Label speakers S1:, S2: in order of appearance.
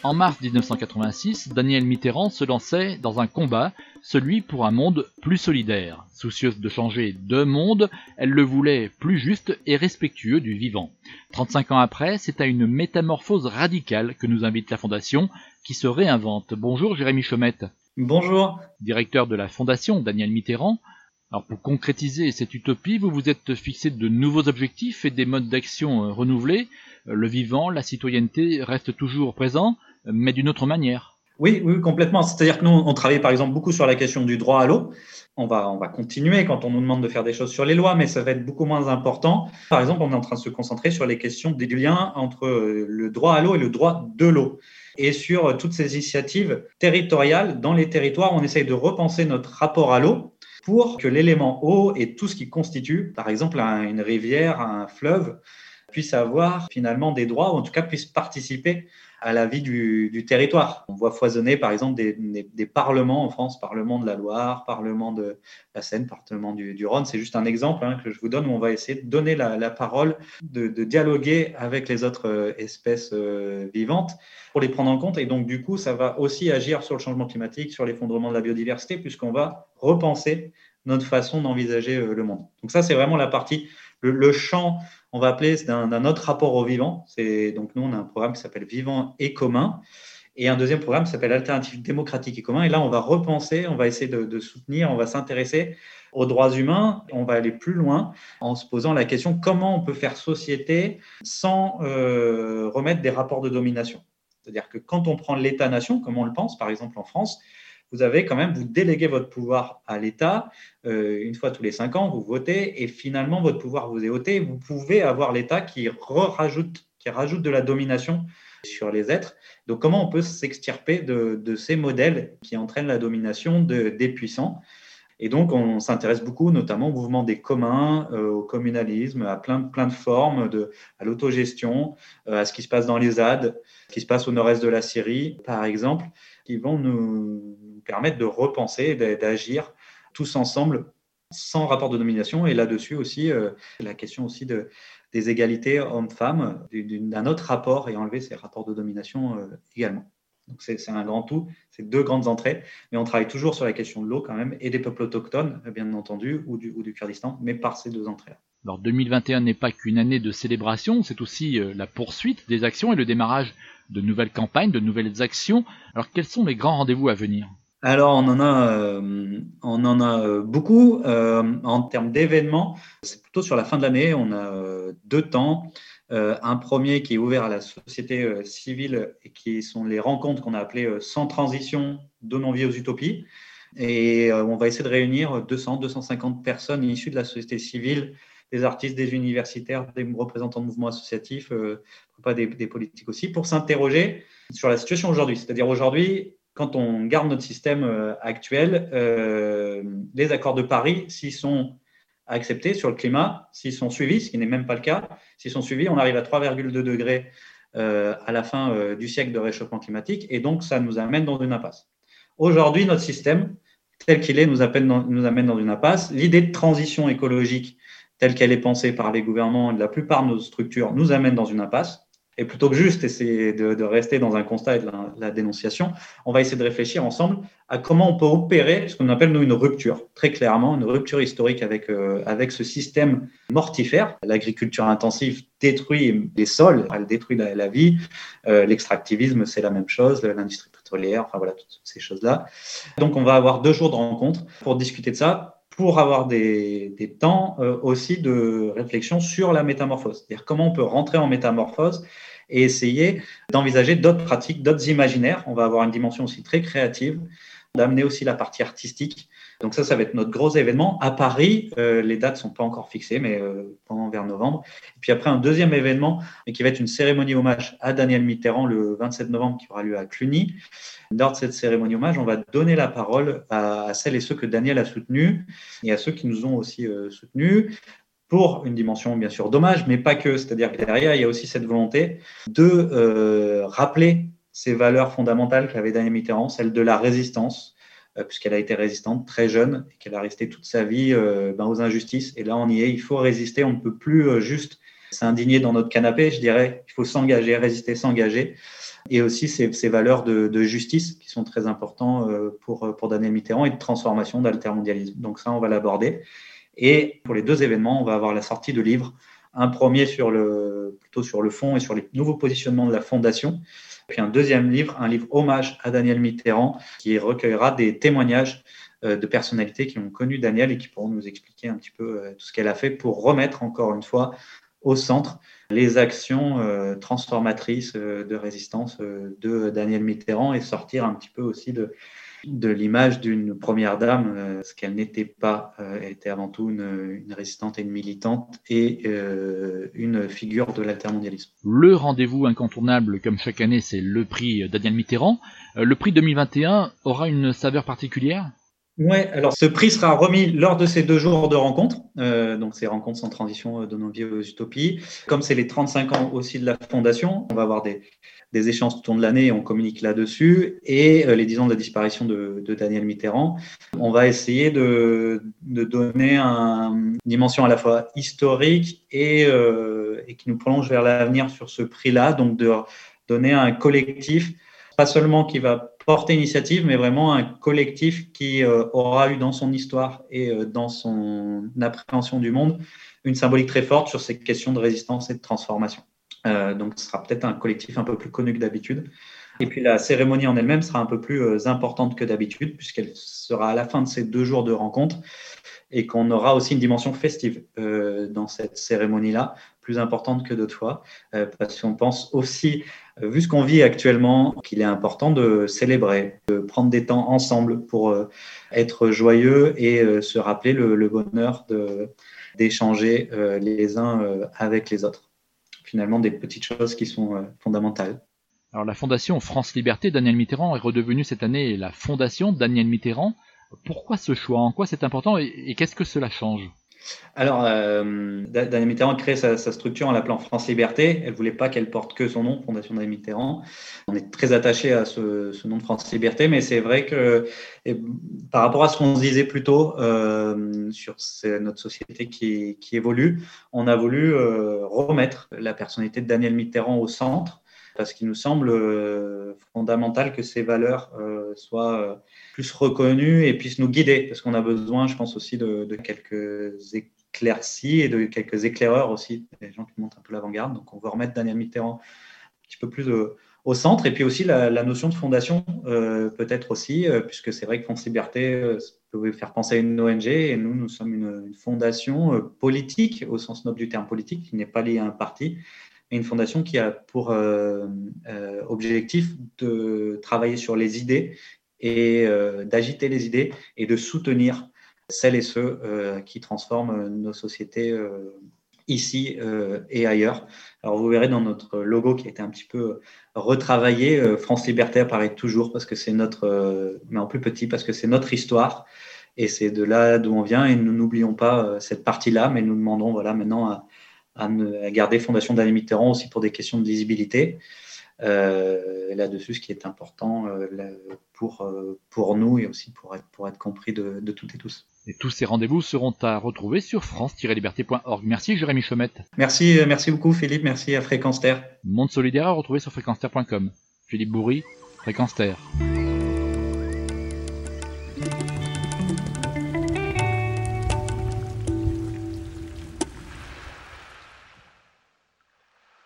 S1: En mars 1986, Danielle Mitterrand se lançait dans un combat, celui pour un monde plus solidaire. Soucieuse de changer de monde, elle le voulait plus juste et respectueux du vivant. 35 ans après, c'est à une métamorphose radicale que nous invite la Fondation, qui se réinvente. Bonjour Jérémy Chaumette.
S2: Bonjour.
S1: Directeur de la Fondation Danielle Mitterrand. Alors pour concrétiser cette utopie, vous vous êtes fixé de nouveaux objectifs et des modes d'action renouvelés. Le vivant, la citoyenneté restent toujours présents, mais d'une autre manière.
S2: Oui, complètement. C'est-à-dire que nous, on travaille par exemple beaucoup sur la question du droit à l'eau. On va continuer quand on nous demande de faire des choses sur les lois, mais ça va être beaucoup moins important. Par exemple, on est en train de se concentrer sur les questions des liens entre le droit à l'eau et le droit de l'eau. Et sur toutes ces initiatives territoriales, dans les territoires, on essaye de repenser notre rapport à l'eau pour que l'élément eau et tout ce qui constitue, par exemple, une rivière, un fleuve, puisse avoir finalement des droits, ou en tout cas puisse participer à la vie du territoire. On voit foisonner par exemple des parlements en France, Parlement de la Loire, Parlement de la Seine, Parlement du Rhône. C'est juste un exemple que je vous donne où on va essayer de donner la parole, de dialoguer avec les autres espèces vivantes pour les prendre en compte. Et donc du coup, ça va aussi agir sur le changement climatique, sur l'effondrement de la biodiversité, puisqu'on va repenser notre façon d'envisager le monde. Donc ça, c'est vraiment la partie, le champ, on va appeler d'un autre rapport au vivant. Donc nous, on a un programme qui s'appelle Vivant et commun, et un deuxième programme qui s'appelle Alternative démocratique et commun. Et là, on va repenser, on va essayer de soutenir, on va s'intéresser aux droits humains. On va aller plus loin en se posant la question comment on peut faire société sans remettre des rapports de domination. C'est-à-dire que quand on prend l'État-nation, comme on le pense, par exemple en France, vous avez quand même, vous déléguez votre pouvoir à l'État, une fois tous les 5 ans, vous votez, et finalement, votre pouvoir vous est ôté. Vous pouvez avoir l'État qui rajoute de la domination sur les êtres. Donc, comment on peut s'extirper de ces modèles qui entraînent la domination des puissants? Et donc, on s'intéresse beaucoup, notamment au mouvement des communs, au communalisme, à plein de formes, à l'autogestion, à ce qui se passe dans les ZAD, ce qui se passe au nord-est de la Syrie, par exemple, qui vont nous permettre de repenser, d'agir tous ensemble, sans rapport de domination. Et là-dessus aussi, la question aussi des égalités hommes-femmes, d'un autre rapport, et enlever ces rapports de domination également. Donc c'est un grand tout, c'est 2 grandes entrées, mais on travaille toujours sur la question de l'eau quand même, et des peuples autochtones, bien entendu, ou du Kurdistan, mais par ces 2 entrées-là.
S1: Alors 2021 n'est pas qu'une année de célébration, c'est aussi la poursuite des actions et le démarrage de nouvelles campagnes, de nouvelles actions. Alors quels sont les grands rendez-vous à venir ?
S2: Alors on en a beaucoup en termes d'événements. C'est plutôt sur la fin de l'année, on a 2 temps. Un premier qui est ouvert à la société civile et qui sont les rencontres qu'on a appelées Sans transition, donnons vie aux utopies. Et on va essayer de réunir 200-250 personnes issues de la société civile, des artistes, des universitaires, des représentants de mouvements associatifs, pas des politiques aussi, pour s'interroger sur la situation aujourd'hui. C'est-à-dire aujourd'hui, quand on garde notre système actuel, les accords de Paris, s'ils sont acceptés sur le climat, s'ils sont suivis, ce qui n'est même pas le cas, s'ils sont suivis, on arrive à 3,2 degrés à la fin du siècle de réchauffement climatique, et donc ça nous amène dans une impasse. Aujourd'hui, notre système, tel qu'il est, nous amène dans une impasse. L'idée de transition écologique, telle qu'elle est pensée par les gouvernements et de la plupart de nos structures, nous amène dans une impasse. Et plutôt que juste essayer de rester dans un constat et de la dénonciation, on va essayer de réfléchir ensemble à comment on peut opérer ce qu'on appelle, nous, une rupture. Très clairement, une rupture historique avec ce système mortifère. L'agriculture intensive détruit les sols, elle détruit la vie. L'extractivisme, c'est la même chose, l'industrie pétrolière, enfin voilà, toutes ces choses-là. Donc, on va avoir 2 jours de rencontres pour discuter de ça, pour avoir des temps aussi de réflexion sur la métamorphose. C'est-à-dire comment on peut rentrer en métamorphose et essayer d'envisager d'autres pratiques, d'autres imaginaires. On va avoir une dimension aussi très créative, d'amener aussi la partie artistique. Donc ça va être notre gros événement. À Paris, les dates ne sont pas encore fixées, mais vers novembre. Et puis après, un deuxième événement qui va être une cérémonie hommage à Danielle Mitterrand le 27 novembre qui aura lieu à Cluny. Lors de cette cérémonie hommage, on va donner la parole à celles et ceux que Daniel a soutenus et à ceux qui nous ont aussi soutenus, pour une dimension bien sûr d'hommage, mais pas que. C'est-à-dire que derrière, il y a aussi cette volonté de rappeler ces valeurs fondamentales qu'avait Danielle Mitterrand, celle de la résistance, puisqu'elle a été résistante très jeune et qu'elle a resté toute sa vie aux injustices. Et là, on y est, il faut résister, on ne peut plus juste s'indigner dans notre canapé, je dirais. Il faut s'engager, résister, s'engager. Et aussi ces valeurs de justice qui sont très importantes pour Danielle Mitterrand et de transformation, d'altermondialisme. Donc ça, on va l'aborder. Et pour les 2 événements, on va avoir la sortie de livres. Un premier plutôt sur le fond et sur les nouveaux positionnements de la Fondation. Puis un deuxième livre, un livre hommage à Danielle Mitterrand, qui recueillera des témoignages de personnalités qui ont connu Danielle et qui pourront nous expliquer un petit peu tout ce qu'elle a fait pour remettre encore une fois au centre les actions transformatrices de résistance de Danielle Mitterrand et sortir un petit peu aussi de l'image d'une première dame, ce qu'elle n'était pas. Elle était avant tout une résistante et une militante et une figure de l'altermondialisme.
S1: Le rendez-vous incontournable, comme chaque année, c'est le prix Danielle Mitterrand. Le prix 2021 aura une saveur particulière ?
S2: Oui, alors ce prix sera remis lors de ces 2 jours de rencontres, donc ces rencontres sans transition de nos vies aux utopies. Comme c'est les 35 ans aussi de la Fondation, on va avoir des échanges tout au long de l'année et on communique là-dessus. Et les 10 ans de la disparition de Danielle Mitterrand, on va essayer de donner une dimension à la fois historique et qui nous prolonge vers l'avenir sur ce prix-là, donc de donner un collectif, pas seulement qui va porter initiative, mais vraiment un collectif qui aura eu dans son histoire et dans son appréhension du monde une symbolique très forte sur ces questions de résistance et de transformation. Donc, ce sera peut-être un collectif un peu plus connu que d'habitude. Et puis, la cérémonie en elle-même sera un peu plus importante que d'habitude, puisqu'elle sera à la fin de ces 2 jours de rencontre et qu'on aura aussi une dimension festive dans cette cérémonie-là, plus importante que d'autres fois, parce qu'on pense aussi, vu ce qu'on vit actuellement, qu'il est important de célébrer, de prendre des temps ensemble pour être joyeux et se rappeler le bonheur d'échanger les uns avec les autres. Finalement, des petites choses qui sont fondamentales.
S1: Alors la Fondation France Liberté Danielle Mitterrand est redevenue cette année la Fondation Danielle Mitterrand. Pourquoi ce choix ? En quoi c'est important et qu'est-ce que cela change ?
S2: Alors, Danielle Mitterrand a créé sa structure en l'appelant France Liberté. Elle ne voulait pas qu'elle porte que son nom, Fondation Danielle Mitterrand. On est très attaché à ce nom de France Liberté, mais c'est vrai que par rapport à ce qu'on se disait plus tôt sur notre société qui évolue, on a voulu remettre la personnalité de Danielle Mitterrand au centre, parce qu'il nous semble fondamental que ces valeurs soient plus reconnues et puissent nous guider, parce qu'on a besoin, je pense aussi, de quelques éclaircies et de quelques éclaireurs aussi, des gens qui montent un peu l'avant-garde. Donc, on veut remettre Danielle Mitterrand un petit peu plus au centre, et puis aussi la notion de fondation, peut-être aussi, puisque c'est vrai que France Liberté peut faire penser à une ONG, et nous sommes une fondation politique, au sens noble du terme politique, qui n'est pas liée à un parti, et une fondation qui a pour objectif de travailler sur les idées et d'agiter les idées et de soutenir celles et ceux qui transforment nos sociétés ici et ailleurs. Alors vous verrez dans notre logo qui a été un petit peu retravaillé, France Liberté apparaît toujours parce que c'est mais en plus petit, parce que c'est notre histoire et c'est de là d'où on vient, et nous n'oublions pas cette partie-là, mais nous demandons maintenant à garder Fondation Danielle Mitterrand aussi pour des questions de visibilité. Là-dessus, ce qui est important pour nous et aussi pour être compris de toutes et tous.
S1: Et tous ces rendez-vous seront à retrouver sur france-liberté.org. Merci Jérémy Chomette.
S2: Merci beaucoup Philippe, merci à Fréquence Terre.
S1: Monde solidaire à retrouver sur fréquenceterre.com. Philippe Bourri, Fréquence Terre.